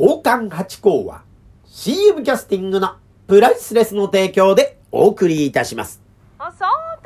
宝冠八甲は CM キャスティングのプライスレスの提供でお送りいたします。 さて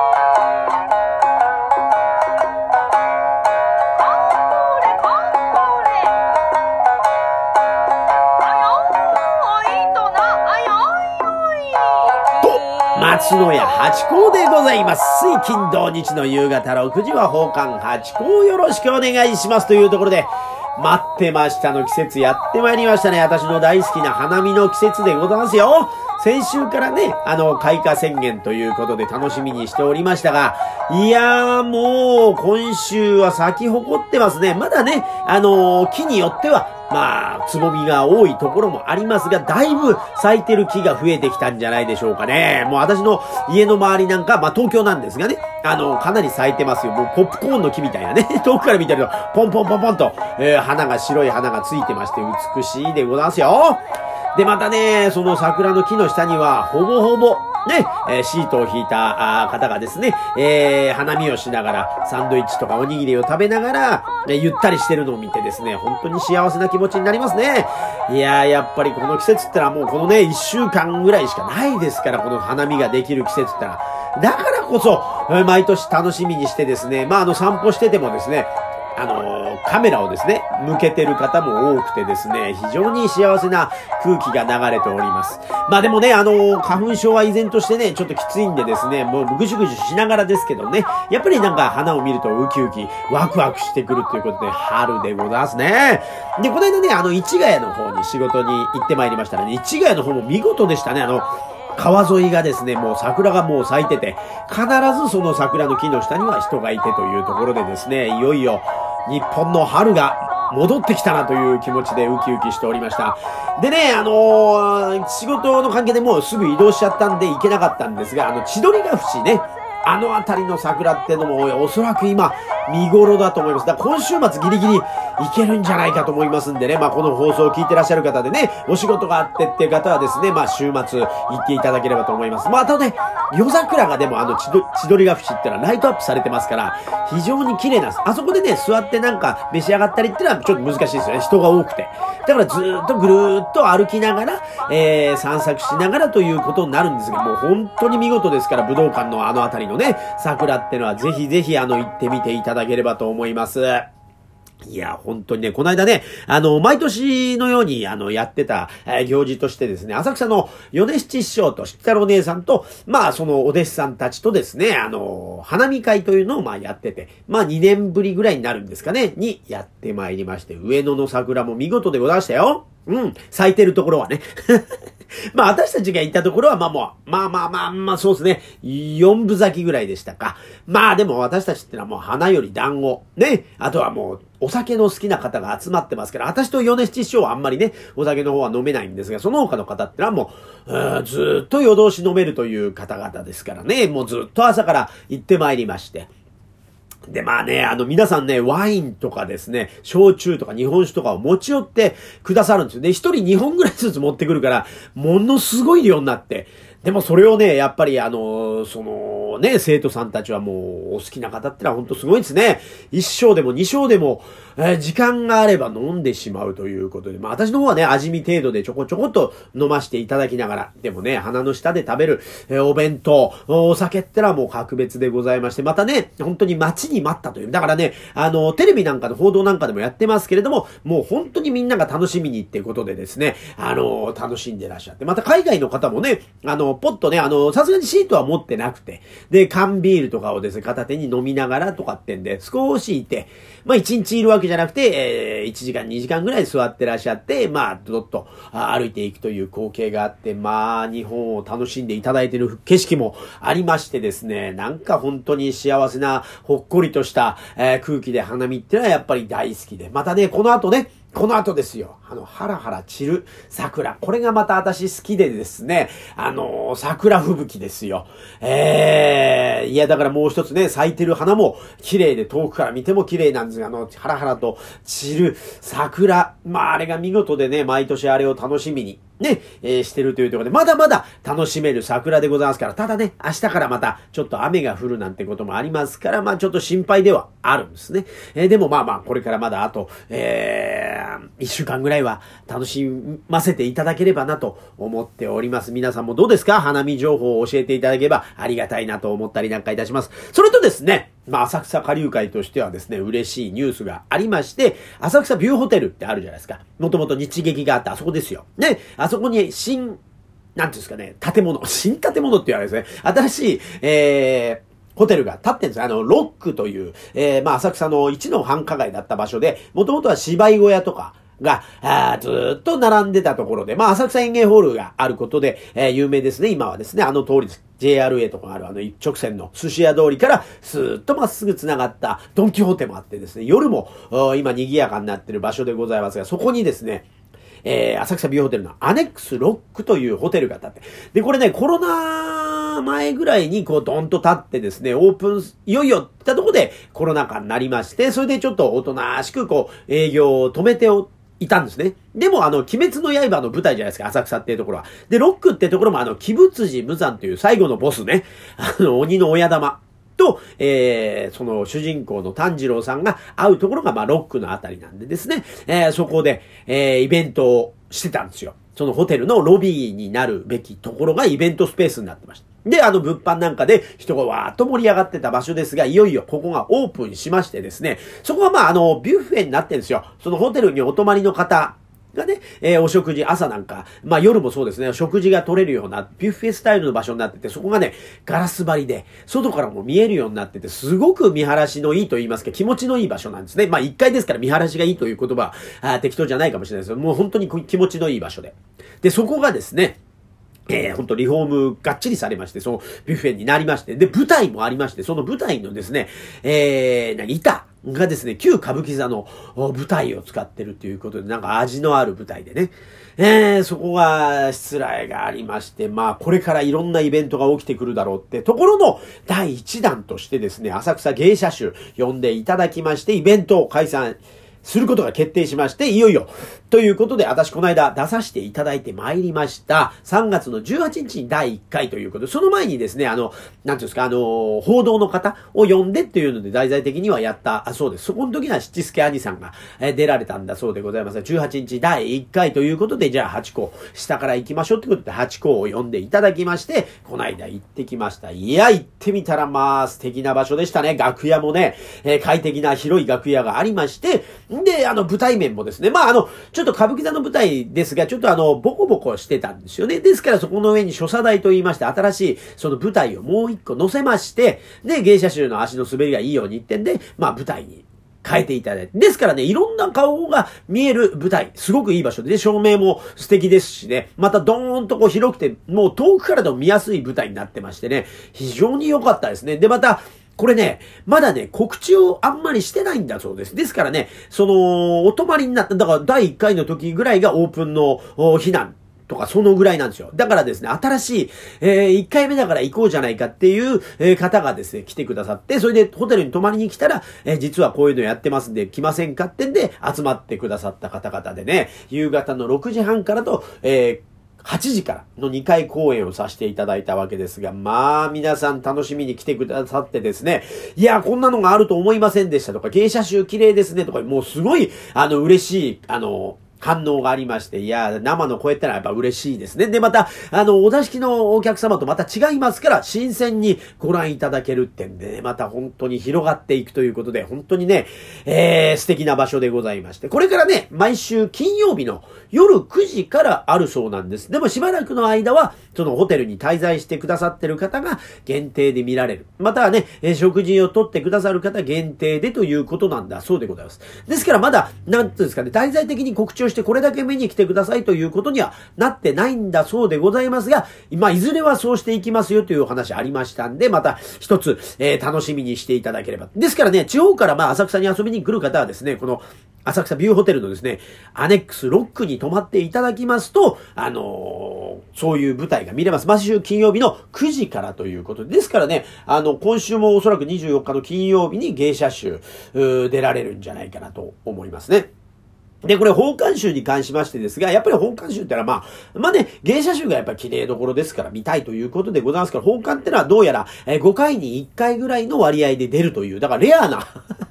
松野屋八甲でございます。水金土日の夕方6時は宝冠八甲よろしくお願いしますというところで、待ってましたの季節やってまいりましたね。私の大好きな花見の季節でございますよ。先週からね、開花宣言ということで楽しみにしておりましたが、いやーもう今週は咲き誇ってますね。まだね、木によってはつぼみが多いところもありますが、だいぶ咲いてる木が増えてきたんじゃないでしょうかね。もう私の家の周りなんか、東京なんですがね、かなり咲いてますよ。もうポップコーンの木みたいなね、遠くから見てると、ポンポンポンポンと、白い花がついてまして、美しいでございますよ。で、またね、その桜の木の下には、ほぼほぼ、ね、シートを引いた方がですね、花見をしながら、サンドイッチとかおにぎりを食べながら、ゆったりしてるのを見てですね、本当に幸せな気持ちになりますね。いやー、やっぱりこの季節ってのはもうこのね、1週間ぐらいしかないですから、この花見ができる季節ってのは。だからこそ、毎年楽しみにしてですね、散歩しててもですね、カメラをですね、向けてる方も多くてですね、非常に幸せな空気が流れております。でもね、花粉症は依然としてね、ちょっときついんでですね、もうぐしゅぐしゅしながらですけどね、やっぱりなんか花を見るとウキウキ、ワクワクしてくるということで、春でございますね。で、この間ね、市ヶ谷の方に仕事に行ってまいりましたらね、市ヶ谷の方も見事でしたね。川沿いがですね、もう桜がもう咲いてて、必ずその桜の木の下には人がいてというところでですね、いよいよ日本の春が戻ってきたなという気持ちでウキウキしておりました。でね、仕事の関係でもうすぐ移動しちゃったんで行けなかったんですが、千鳥ヶ淵ね、あたりの桜ってのもおそらく今見頃だと思います。だから今週末ギリギリ行けるんじゃないかと思いますんでね、この放送を聞いてらっしゃる方でね、お仕事があってっていう方はですね、週末行っていただければと思います。あとね、夜桜がでも千鳥ヶ淵ってのはライトアップされてますから、非常に綺麗なんです。あそこでね、座ってなんか召し上がったりっていうのはちょっと難しいですよね。人が多くて。だからずーっとぐるーっと歩きながら、散策しながらということになるんですが、もう本当に見事ですから、武道館のあたりのね、桜ってのはぜひぜひ行ってみていただければと思います。いや、本当にね、この間ね、毎年のように、やってた、行事としてですね、浅草の米七師匠と七太郎姉さんと、そのお弟子さんたちとですね、花見会というのをやってて、2年ぶりぐらいになるんですかね、にやってまいりまして、上野の桜も見事でございましたよ。咲いてるところはね。私たちが行ったところはそうですね。4分咲きぐらいでしたか。でも私たちってのはもう花より団子。ね。あとはもうお酒の好きな方が集まってますから、私と米七師匠はあんまりね、お酒の方は飲めないんですが、その他の方ってのはもう、ずーっと夜通し飲めるという方々ですからね。もうずっと朝から行ってまいりまして。で、皆さんね、ワインとかですね、焼酎とか日本酒とかを持ち寄ってくださるんですよね。一人2本ぐらいずつ持ってくるから、ものすごい量になって。でもそれをね、やっぱり生徒さんたちはもうお好きな方ってのは本当すごいですね。1升でも2升でも、時間があれば飲んでしまうということで、私の方はね、味見程度でちょこちょこっと飲ませていただきながら、でもね、鼻の下で食べる、お弁当、お酒ってのはもう格別でございまして、またね、本当に待ちに待ったという。だからね、テレビなんかの報道なんかでもやってますけれども、もう本当にみんなが楽しみにっていうことでですね、楽しんでらっしゃって、また海外の方もね、ポッとね、さすがにシートは持ってなくて、で、缶ビールとかをですね、片手に飲みながらとかってんで、少しいて、1日いるわけじゃなくて、1時間2時間ぐらい座ってらっしゃって、どっと歩いていくという光景があって、日本を楽しんでいただいている景色もありましてですね、なんか本当に幸せな、ほっこりとした、空気で花見ってのはやっぱり大好きで、またね、この後ですよ。ハラハラ散る桜。これがまた私好きでですね。桜吹雪ですよ。いや、だからもう一つね、咲いてる花も綺麗で遠くから見ても綺麗なんですが、ハラハラと散る桜。あれが見事でね、毎年あれを楽しみに。 ね、してるというところで、まだまだ楽しめる桜でございますから、ただね、明日からまたちょっと雨が降るなんてこともありますから、まあちょっと心配ではあるんですね。でもまあまあ、これからまだあと、1週間ぐらいは楽しませていただければなと思っております。皆さんもどうですか？花見情報を教えていただければありがたいなと思ったりなんかいたします。それとですね、まあ浅草花柳会としてはですね、嬉しいニュースがありまして、浅草ビューホテルってあるじゃないですか。もともと日劇があったあそこですよ。ね、あそこになんていうんですかね、新建物って言われるんですね。新しい、ホテルが建ってるんですよ。ロックという、まあ、浅草の一の繁華街だった場所で、もともとは芝居小屋とかが、ずーっと並んでたところで、まあ、浅草園芸ホールがあることで、有名ですね。今はですね、通りです。JRA とかある一直線の寿司屋通りからスーッとまっすぐ繋がったドンキホーテもあってですね、夜も今賑やかになっている場所でございますが、そこにですね、浅草ビューホテルのアネックスロックというホテルが建って、で、これね、コロナ前ぐらいにこうドンと建ってですね、オープン、いよいよって言ったところでコロナ禍になりまして、それでちょっとおとなしくこう営業を止めていたんですね。でも鬼滅の刃の舞台じゃないですか、浅草っていうところは。で、ロックっていうところも鬼仏寺無惨という最後のボスね、鬼の親玉と、その主人公の炭治郎さんが会うところが、まあ、ロックのあたりなんでですね、そこで、イベントをしてたんですよ。そのホテルのロビーになるべきところがイベントスペースになってました。で、物販なんかで人がわーっと盛り上がってた場所ですが、いよいよここがオープンしましてですね、そこはまあ、ビュッフェになってるんですよ。そのホテルにお泊まりの方がね、お食事、朝なんか、まあ夜もそうですね、食事が取れるようなビュッフェスタイルの場所になってて、そこがね、ガラス張りで、外からも見えるようになってて、すごく見晴らしのいいと言いますか、気持ちのいい場所なんですね。まあ1階ですから見晴らしがいいという言葉は適当じゃないかもしれないですけど、もう本当に気持ちのいい場所で。で、そこがですね、本当リフォームがっちりされまして、そのビュッフェになりまして、で、舞台もありまして、その舞台のですね、板がですね、旧歌舞伎座の舞台を使ってるということで、なんか味のある舞台でね、そこが失礼がありまして、まあ、これからいろんなイベントが起きてくるだろうってところの第一弾としてですね、浅草芸者集呼んでいただきまして、イベントを開催することが決定しまして、いよいよ。ということで、私この間出させていただいてまいりました。3月の18日に第1回ということで、その前にですね、なんていうんですか、報道の方を呼んでっていうので、題材的にはやった、そうです。そこの時には七助兄さんが出られたんだそうでございます。18日第1回ということで、じゃあ8個、下から行きましょうってことで、8個を呼んでいただきまして、この間行ってきました。いや、行ってみたらまあ、素敵な場所でしたね。楽屋もね、快適な広い楽屋がありまして、で、舞台面もですね、まあ、ちょっと歌舞伎座の舞台ですが、ちょっとボコボコしてたんですよね。ですからそこの上に所作台と言いまして、新しいその舞台をもう一個乗せまして、で、芸者衆の足の滑りがいいようにってんで、まあ、舞台に変えていただいて。ですからね、いろんな顔が見える舞台、すごくいい場所で、照明も素敵ですしね、またドーンとこう広くて、もう遠くからでも見やすい舞台になってましてね、非常に良かったですね。で、また、これね、まだね、告知をあんまりしてないんだそうです。ですからね、お泊まりになった、だから第1回の時ぐらいがオープンの避難とかそのぐらいなんですよ。だからですね、新しい、1回目だから行こうじゃないかっていう、方がですね、来てくださって、それでホテルに泊まりに来たら、実はこういうのやってますんで来ませんかってんで集まってくださった方々でね、夕方の6時半からと、8時からの2回公演をさせていただいたわけですが、まあ皆さん楽しみに来てくださってですね、いや、こんなのがあると思いませんでしたとか、芸者集綺麗ですねとか、もうすごい、嬉しい、反応がありまして、いや、生の声ってのはやっぱ嬉しいですね。で、また、お座敷のお客様とまた違いますから、新鮮にご覧いただけるってんで、ね、また本当に広がっていくということで、本当にね、素敵な場所でございまして、これからね、毎週金曜日の夜9時からあるそうなんです。でもしばらくの間は、そのホテルに滞在してくださってる方が限定で見られる。またはね、食事をとってくださる方限定でということなんだそうでございます。ですからまだ、なんていうんですかね、滞在的に告知をしてこれだけ見に来てくださいということにはなってないんだそうでございますが、まあ、いずれはそうしていきますよというお話ありましたんで、また一つ、楽しみにしていただければ。ですからね、地方からまあ、浅草に遊びに来る方はですね、この、浅草ビューホテルのですね、アネックスロックに泊まっていただきますと、そういう舞台が見れます。毎週金曜日の9時からということで。ですからね、今週もおそらく24日の金曜日に芸者集、出られるんじゃないかなと思いますね。 で、これ、宝冠集に関しましてですが、やっぱり宝冠集ってのはまあね、芸者集がやっぱり綺麗どころですから見たいということでございますから、宝冠ってのはどうやら、5回に1回ぐらいの割合で出るという、だからレアな、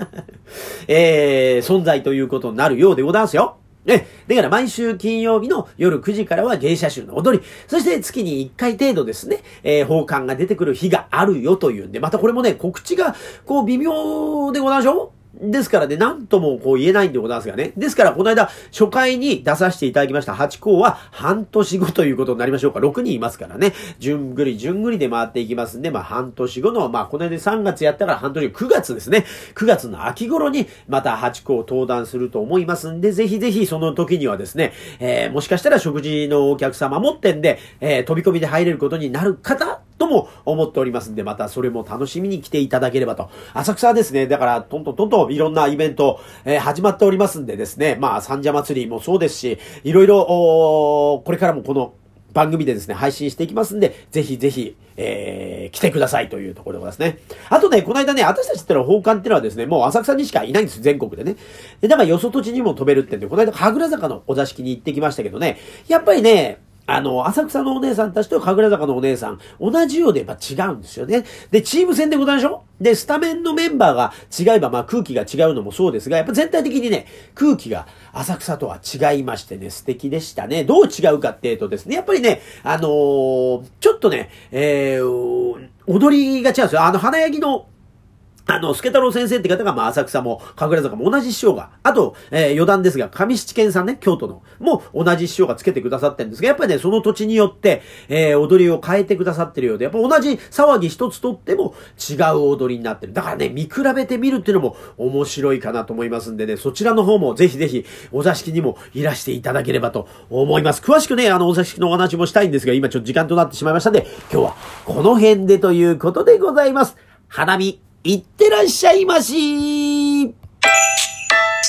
存在ということになるようでございますよ。だから毎週金曜日の夜9時からは芸者集の踊り、そして月に1回程度ですね、宝冠が出てくる日があるよというんで、またこれもね、告知がこう微妙でございましょう。ですからね、なんともこう言えないんでございますがね。ですから、この間、初回に出させていただきました8校は半年後ということになりましょうか。6人いますからね。順繰りで回っていきますんで、半年後の、この間3月やったら半年後、9月ですね。9月の秋頃にまた8校登壇すると思いますんで、ぜひぜひその時にはですね、もしかしたら食事のお客様もってんで、飛び込みで入れることになる方とも思っておりますんで、またそれも楽しみに来ていただければと。浅草ですね。だから、トントンいろんなイベント、始まっておりますんでですね。三社祭りもそうですし、いろいろ、これからもこの番組でですね、配信していきますんで、ぜひぜひ、来てくださいというところでございますね。あとね、この間ね、私たちってのは宝冠ってのはですね、もう浅草にしかいないんです、全国でね。だからよそ土地にも飛べるってんで、この間、神楽坂のお座敷に行ってきましたけどね、やっぱりね、浅草のお姉さんたちと神楽坂のお姉さん、同じようでやっぱ違うんですよね。で、チーム戦でございましょう。で、スタメンのメンバーが違えば、空気が違うのもそうですが、やっぱ全体的にね、空気が浅草とは違いましてね、素敵でしたね。どう違うかっていうとですね、やっぱりね、ちょっとね、踊りが違うんですよ。花柳の、助太郎先生って方が、浅草も、神楽坂も同じ師匠が、あと、余談ですが、上七軒さんね、京都の、も同じ師匠がつけてくださってるんですが、やっぱりね、その土地によって、踊りを変えてくださってるようで、やっぱ同じ騒ぎ一つとっても違う踊りになってる。だからね、見比べてみるっていうのも面白いかなと思いますんでね、そちらの方もぜひぜひ、お座敷にもいらしていただければと思います。詳しくね、お座敷のお話もしたいんですが、今ちょっと時間となってしまいましたので、今日はこの辺でということでございます。花見、いってらっしゃいまし。